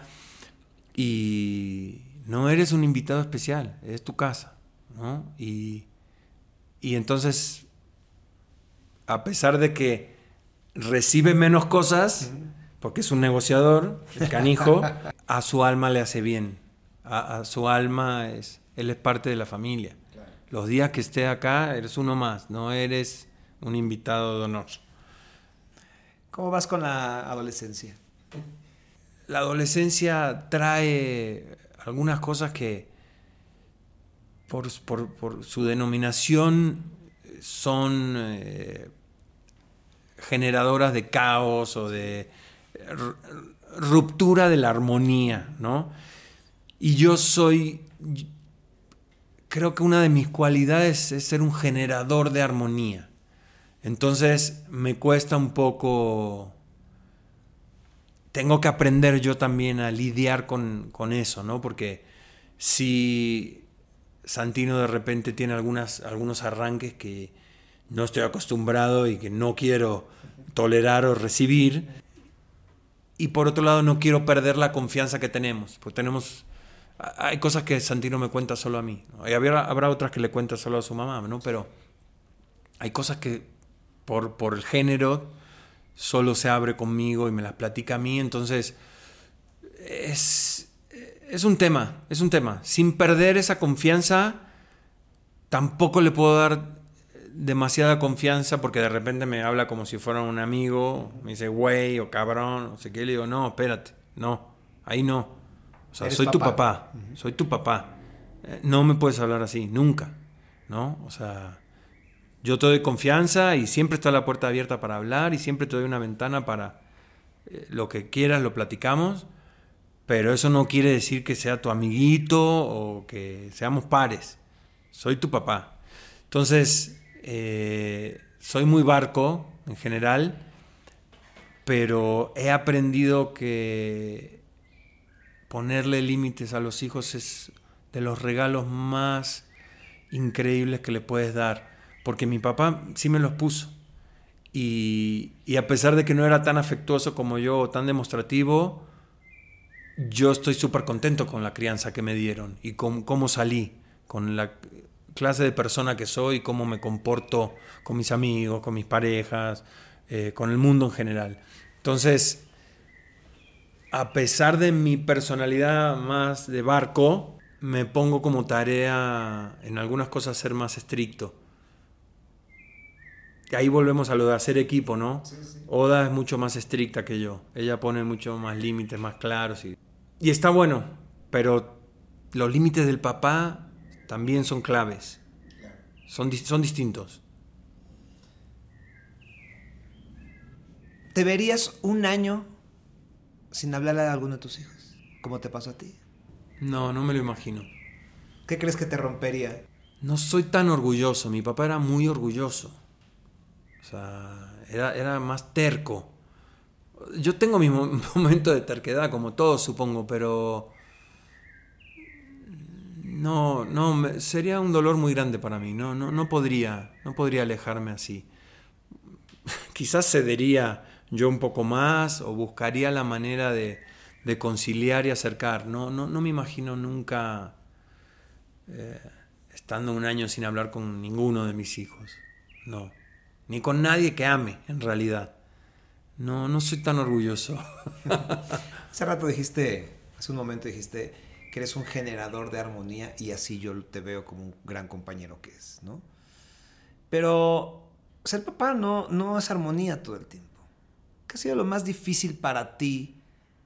Y no eres un invitado especial, es tu casa, ¿no? Y... Y entonces, a pesar de que recibe menos cosas, porque es un negociador, el canijo, a su alma le hace bien. A, a su alma, es, él es parte de la familia. Claro. Los días que esté acá, eres uno más, no eres un invitado de honor. ¿Cómo vas con la adolescencia? La adolescencia trae algunas cosas que... Por, por, por su denominación son eh, generadoras de caos o de ruptura de la armonía, ¿no? Y yo soy, creo que una de mis cualidades es ser un generador de armonía. Entonces me cuesta un poco, tengo que aprender yo también a lidiar con, con eso, ¿no? Porque si... Santino de repente tiene algunas, algunos arranques que no estoy acostumbrado y que no quiero tolerar o recibir. Y por otro lado no quiero perder la confianza que tenemos. Porque tenemos, hay cosas que Santino me cuenta solo a mí, ¿no? Y habrá, habrá otras que le cuenta solo a su mamá, ¿no? Pero hay cosas que por, por el género solo se abre conmigo y me las platica a mí. Entonces es... Es un tema, es un tema. Sin perder esa confianza, tampoco le puedo dar demasiada confianza porque de repente me habla como si fuera un amigo, me dice güey o cabrón, no sé qué, le digo, no, espérate, no, ahí no. O sea, soy papá. tu papá, uh-huh. soy tu papá. No me puedes hablar así, nunca, ¿no? O sea, yo te doy confianza y siempre está la puerta abierta para hablar y siempre te doy una ventana para eh, lo que quieras, lo platicamos. Pero eso no quiere decir que sea tu amiguito o que seamos pares. Soy tu papá. Entonces, eh, soy muy barco en general, pero he aprendido que ponerle límites a los hijos es de los regalos más increíbles que le puedes dar. Porque mi papá sí me los puso. Y, y a pesar de que no era tan afectuoso como yo o tan demostrativo, yo estoy súper contento con la crianza que me dieron y con cómo salí, con la clase de persona que soy, cómo me comporto con mis amigos, con mis parejas, eh, con el mundo en general. Entonces, a pesar de mi personalidad más de barco, me pongo como tarea en algunas cosas ser más estricto. ahí volvemos a lo de hacer equipo, ¿no? Sí, sí. Oda es mucho más estricta que yo. Ella pone mucho más límites, más claros. Y, y está bueno, pero los límites del papá también son claves. Son, son distintos. ¿Te verías un año sin hablarle a alguno de tus hijos? ¿Cómo te pasó a ti? No, no me lo imagino. ¿Qué crees que te rompería? No soy tan orgulloso. Mi papá era muy orgulloso. O sea, era, era más terco. Yo tengo mi momento de terquedad, como todos supongo, pero no, no, me, sería un dolor muy grande para mí. No, no, no podría, no podría alejarme así. Quizás cedería yo un poco más o buscaría la manera de, de conciliar y acercar. No, no, no me imagino nunca eh, estando un año sin hablar con ninguno de mis hijos. No, ni con nadie que ame, en realidad. No, no soy tan orgulloso. Hace rato dijiste, hace un momento dijiste que eres un generador de armonía y así yo te veo como un gran compañero que es, ¿no? Pero ser papá no, no es armonía todo el tiempo. ¿Qué ha sido lo más difícil para ti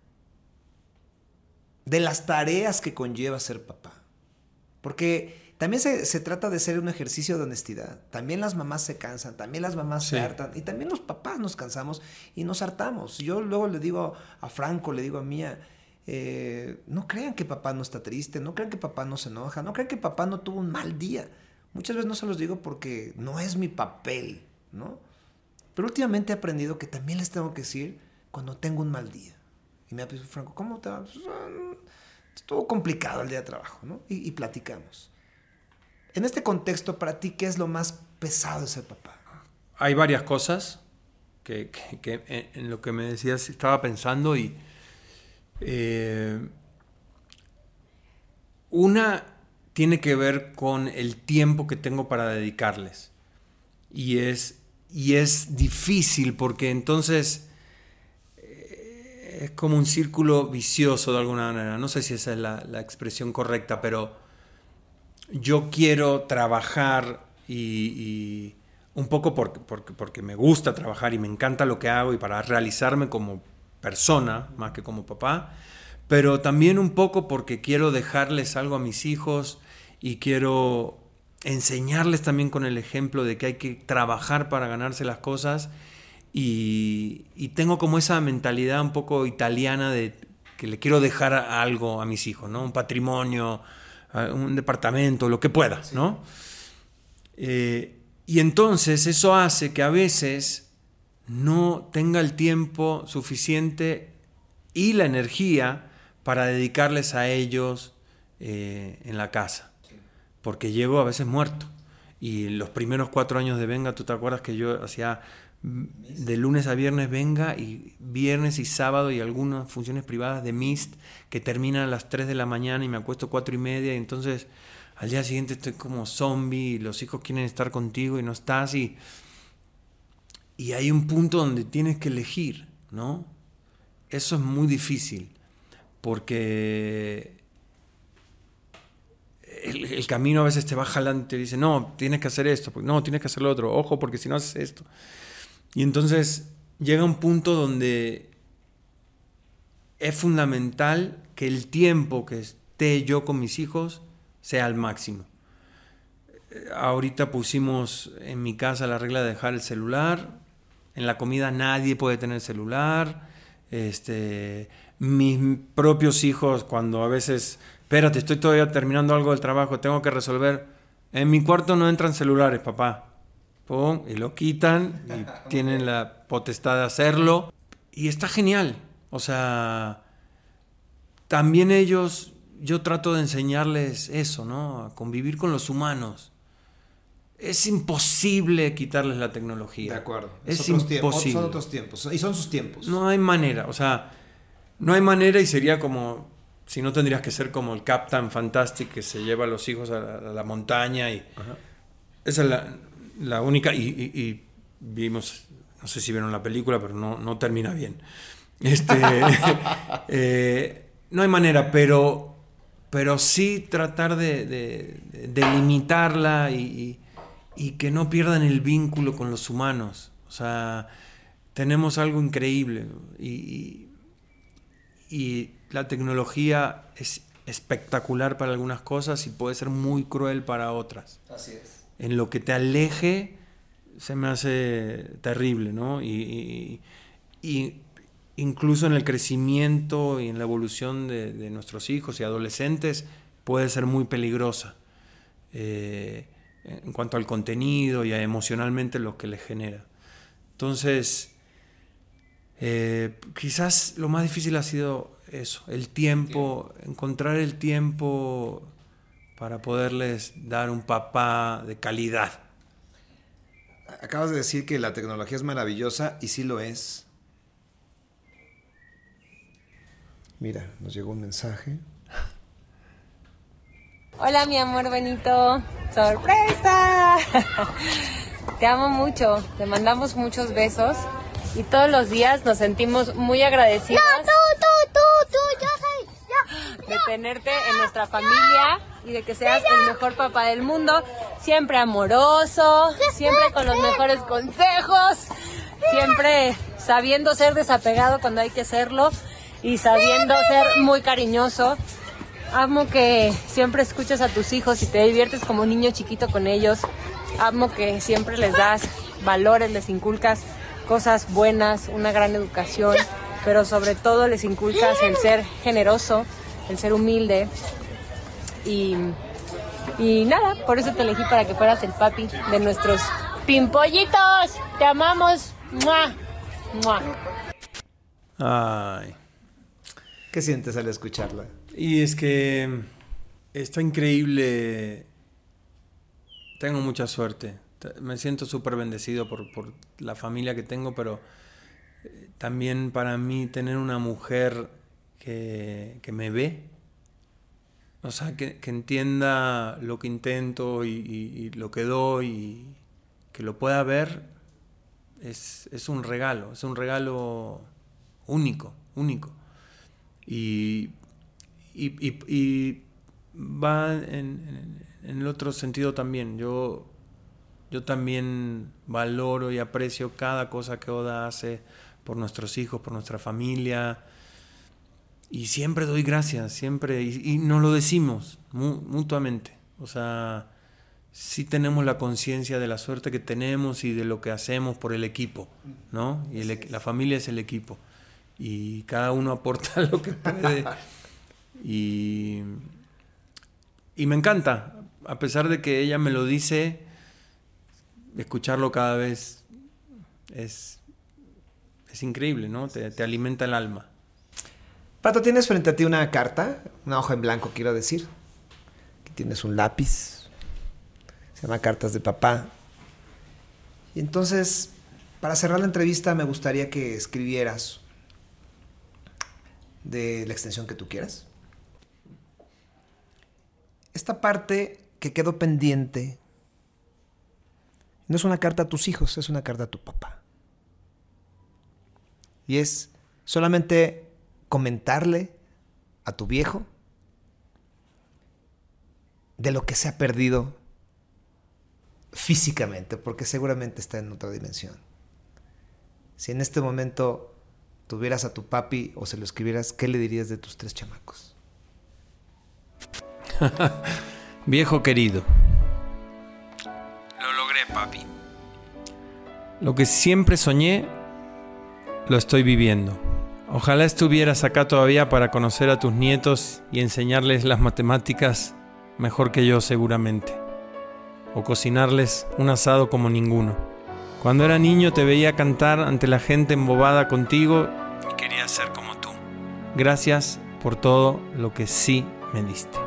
de las tareas que conlleva ser papá? Porque también se, se trata de ser un ejercicio de honestidad. También las mamás se cansan, también las mamás sí. se hartan y también los papás nos cansamos y nos hartamos. Yo luego le digo a Franco, le digo a Mía, eh, no crean que papá no está triste, no crean que papá no se enoja, no crean que papá no tuvo un mal día. Muchas veces no se los digo porque no es mi papel, ¿no? Pero últimamente he aprendido que también les tengo que decir cuando tengo un mal día. Y me ha dicho, Franco, ¿cómo te va? Pues, estuvo complicado el día de trabajo, ¿no? Y, y platicamos. En este contexto, para ti, ¿qué es lo más pesado de ser papá? Hay varias cosas que, que, que en lo que me decías estaba pensando y eh, una tiene que ver con el tiempo que tengo para dedicarles y es, y es difícil porque entonces eh, es como un círculo vicioso de alguna manera. No sé si esa es la, la expresión correcta, pero yo quiero trabajar y, y un poco porque, porque, porque me gusta trabajar y me encanta lo que hago y para realizarme como persona más que como papá, pero también un poco porque quiero dejarles algo a mis hijos y quiero enseñarles también con el ejemplo de que hay que trabajar para ganarse las cosas y, y tengo como esa mentalidad un poco italiana de que le quiero dejar algo a mis hijos, ¿no? Un patrimonio, un departamento, lo que pueda, ¿no? Eh, y entonces eso hace que a veces no tenga el tiempo suficiente y la energía para dedicarles a ellos eh, en la casa, porque llego a veces muerto. Y los primeros cuatro años de Venga, ¿tú te acuerdas que yo hacía de lunes a viernes Venga y viernes y sábado y algunas funciones privadas de Mist que terminan a las tres de la mañana y me acuesto cuatro y media y entonces al día siguiente estoy como zombie y los hijos quieren estar contigo y no estás y, y hay un punto donde tienes que elegir, ¿no? Eso es muy difícil porque el, el camino a veces te va jalando y te dice no, tienes que hacer esto, no, tienes que hacer lo otro, ojo porque si no haces esto. Y entonces llega un punto donde es fundamental que el tiempo que esté yo con mis hijos sea al máximo. Ahorita pusimos en mi casa la regla de dejar el celular. En la comida nadie puede tener celular. Este, mis propios hijos, cuando a veces, espérate, estoy todavía terminando algo del trabajo, tengo que resolver. En mi cuarto no entran celulares, papá. Pum, y lo quitan y tienen la potestad de hacerlo. Y está genial. O sea, también ellos, yo trato de enseñarles eso, ¿no? A convivir con los humanos. Es imposible quitarles la tecnología. De acuerdo. Es, es imposible. Tiempos, son otros tiempos. Y son sus tiempos. No hay manera. O sea, no hay manera y sería como, si no tendrías que ser como el Captain Fantastic que se lleva a los hijos a la, a la montaña. Y ajá. Esa es la, la única. Y, y, y vimos, no sé si vieron la película, pero no, no termina bien. Este, eh, no hay manera, pero, pero sí tratar de, de, de limitarla y, y y que no pierdan el vínculo con los humanos. O sea, tenemos algo increíble y, y, y la tecnología es espectacular para algunas cosas y puede ser muy cruel para otras. Así es. En lo que te aleje se me hace terrible, ¿no? Y, y, y incluso en el crecimiento y en la evolución de, de nuestros hijos y adolescentes puede ser muy peligrosa eh, en cuanto al contenido y a emocionalmente lo que les genera. Entonces, eh, quizás lo más difícil ha sido eso, el tiempo, encontrar el tiempo para poderles dar un papá de calidad. Acabas de decir que la tecnología es maravillosa y sí lo es. Mira, nos llegó un mensaje. Hola, mi amor bonito. ¡Sorpresa! Te amo mucho. Te mandamos muchos besos. Y todos los días nos sentimos muy agradecidos. No, tú, tú, tú, tú, yo soy, yo, de yo, tenerte yo, en nuestra familia y de que seas el mejor papá del mundo. Siempre amoroso, siempre con los mejores consejos, siempre sabiendo ser desapegado cuando hay que serlo y sabiendo ser muy cariñoso. Amo que siempre escuchas a tus hijos y te diviertes como niño chiquito con ellos. Amo que siempre les das valores, les inculcas cosas buenas, una gran educación, pero sobre todo les inculcas el ser generoso, el ser humilde. Y, y nada, por eso te elegí para que fueras el papi de nuestros pimpollitos. Te amamos. ¡Mua! ¡Mua! Ay. ¿Qué sientes al escucharla? Y es que está increíble. Tengo mucha suerte. Me siento súper bendecido por, por la familia que tengo, pero también para mí tener una mujer que, que me ve, o sea, que, que entienda lo que intento y, y, y lo que doy, y que lo pueda ver, es, es un regalo, es un regalo único, único. Y, y, y, y va en, en, en el otro sentido también. Yo... Yo también valoro y aprecio cada cosa que Oda hace por nuestros hijos, por nuestra familia. Y siempre doy gracias, siempre. Y, y nos lo decimos mu, mutuamente. O sea, sí tenemos la conciencia de la suerte que tenemos y de lo que hacemos por el equipo, ¿no? Y el, la familia es el equipo. Y cada uno aporta lo que puede. Y, y me encanta, a pesar de que ella me lo dice. Escucharlo cada vez es, es increíble, ¿no? Te, te alimenta el alma. Pato, tienes frente a ti una carta, una hoja en blanco, quiero decir. Aquí tienes un lápiz. Se llama Cartas de Papá. Y entonces, para cerrar la entrevista, me gustaría que escribieras de la extensión que tú quieras. Esta parte que quedó pendiente no es una carta a tus hijos, es una carta a tu papá. Y es solamente comentarle a tu viejo de lo que se ha perdido físicamente, porque seguramente está en otra dimensión. Si en este momento tuvieras a tu papi o se lo escribieras, ¿qué le dirías de tus tres chamacos? Viejo querido. Lo logré, papi. Lo que siempre soñé, lo estoy viviendo. Ojalá estuvieras acá todavía para conocer a tus nietos y enseñarles las matemáticas mejor que yo seguramente. O cocinarles un asado como ninguno. Cuando era niño te veía cantar ante la gente embobada contigo y quería ser como tú. Gracias por todo lo que sí me diste.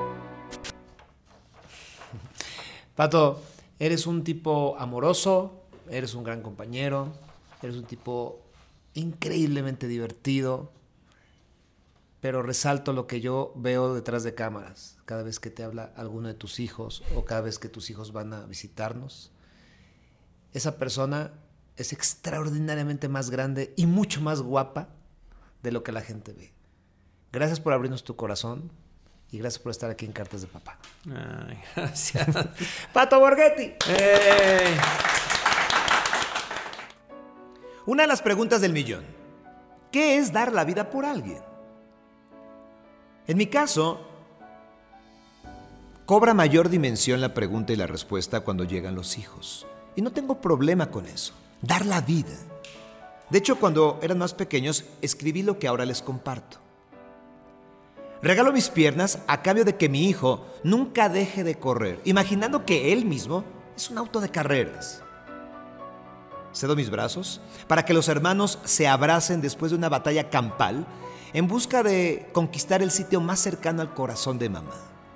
Pato, eres un tipo amoroso, eres un gran compañero, eres un tipo increíblemente divertido, pero resalto lo que yo veo detrás de cámaras, cada vez que te habla alguno de tus hijos o cada vez que tus hijos van a visitarnos. Esa persona es extraordinariamente más grande y mucho más guapa de lo que la gente ve. Gracias por abrirnos tu corazón Y gracias por estar aquí en Cartas de Papá. Ay, gracias. Pato Borghetti. ¡Ey! Una de las preguntas del millón. ¿Qué es dar la vida por alguien? En mi caso, cobra mayor dimensión la pregunta y la respuesta cuando llegan los hijos. Y no tengo problema con eso. Dar la vida. De hecho, cuando eran más pequeños, escribí lo que ahora les comparto. Regalo mis piernas a cambio de que mi hijo nunca deje de correr, imaginando que él mismo es un auto de carreras. Cedo mis brazos para que los hermanos se abracen después de una batalla campal en busca de conquistar el sitio más cercano al corazón de mamá.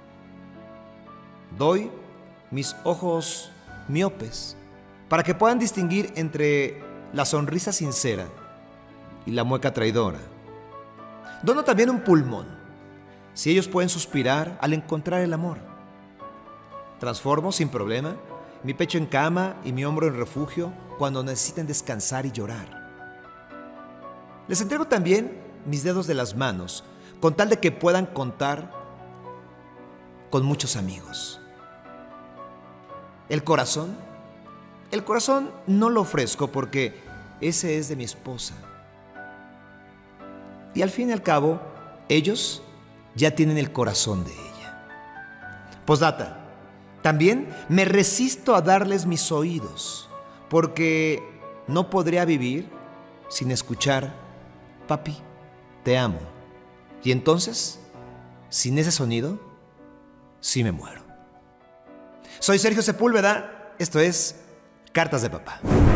Doy mis ojos miopes para que puedan distinguir entre la sonrisa sincera y la mueca traidora. Dono también un pulmón, si ellos pueden suspirar al encontrar el amor. Transformo sin problema mi pecho en cama y mi hombro en refugio cuando necesiten descansar y llorar. Les entrego también mis dedos de las manos con tal de que puedan contar con muchos amigos. El corazón, el corazón no lo ofrezco porque ese es de mi esposa. Y al fin y al cabo, ellos ya tienen el corazón de ella. Postdata. También me resisto a darles mis oídos, porque no podría vivir sin escuchar, papi, te amo. Y entonces, sin ese sonido, sí me muero. Soy Sergio Sepúlveda, esto es Cartas de Papá.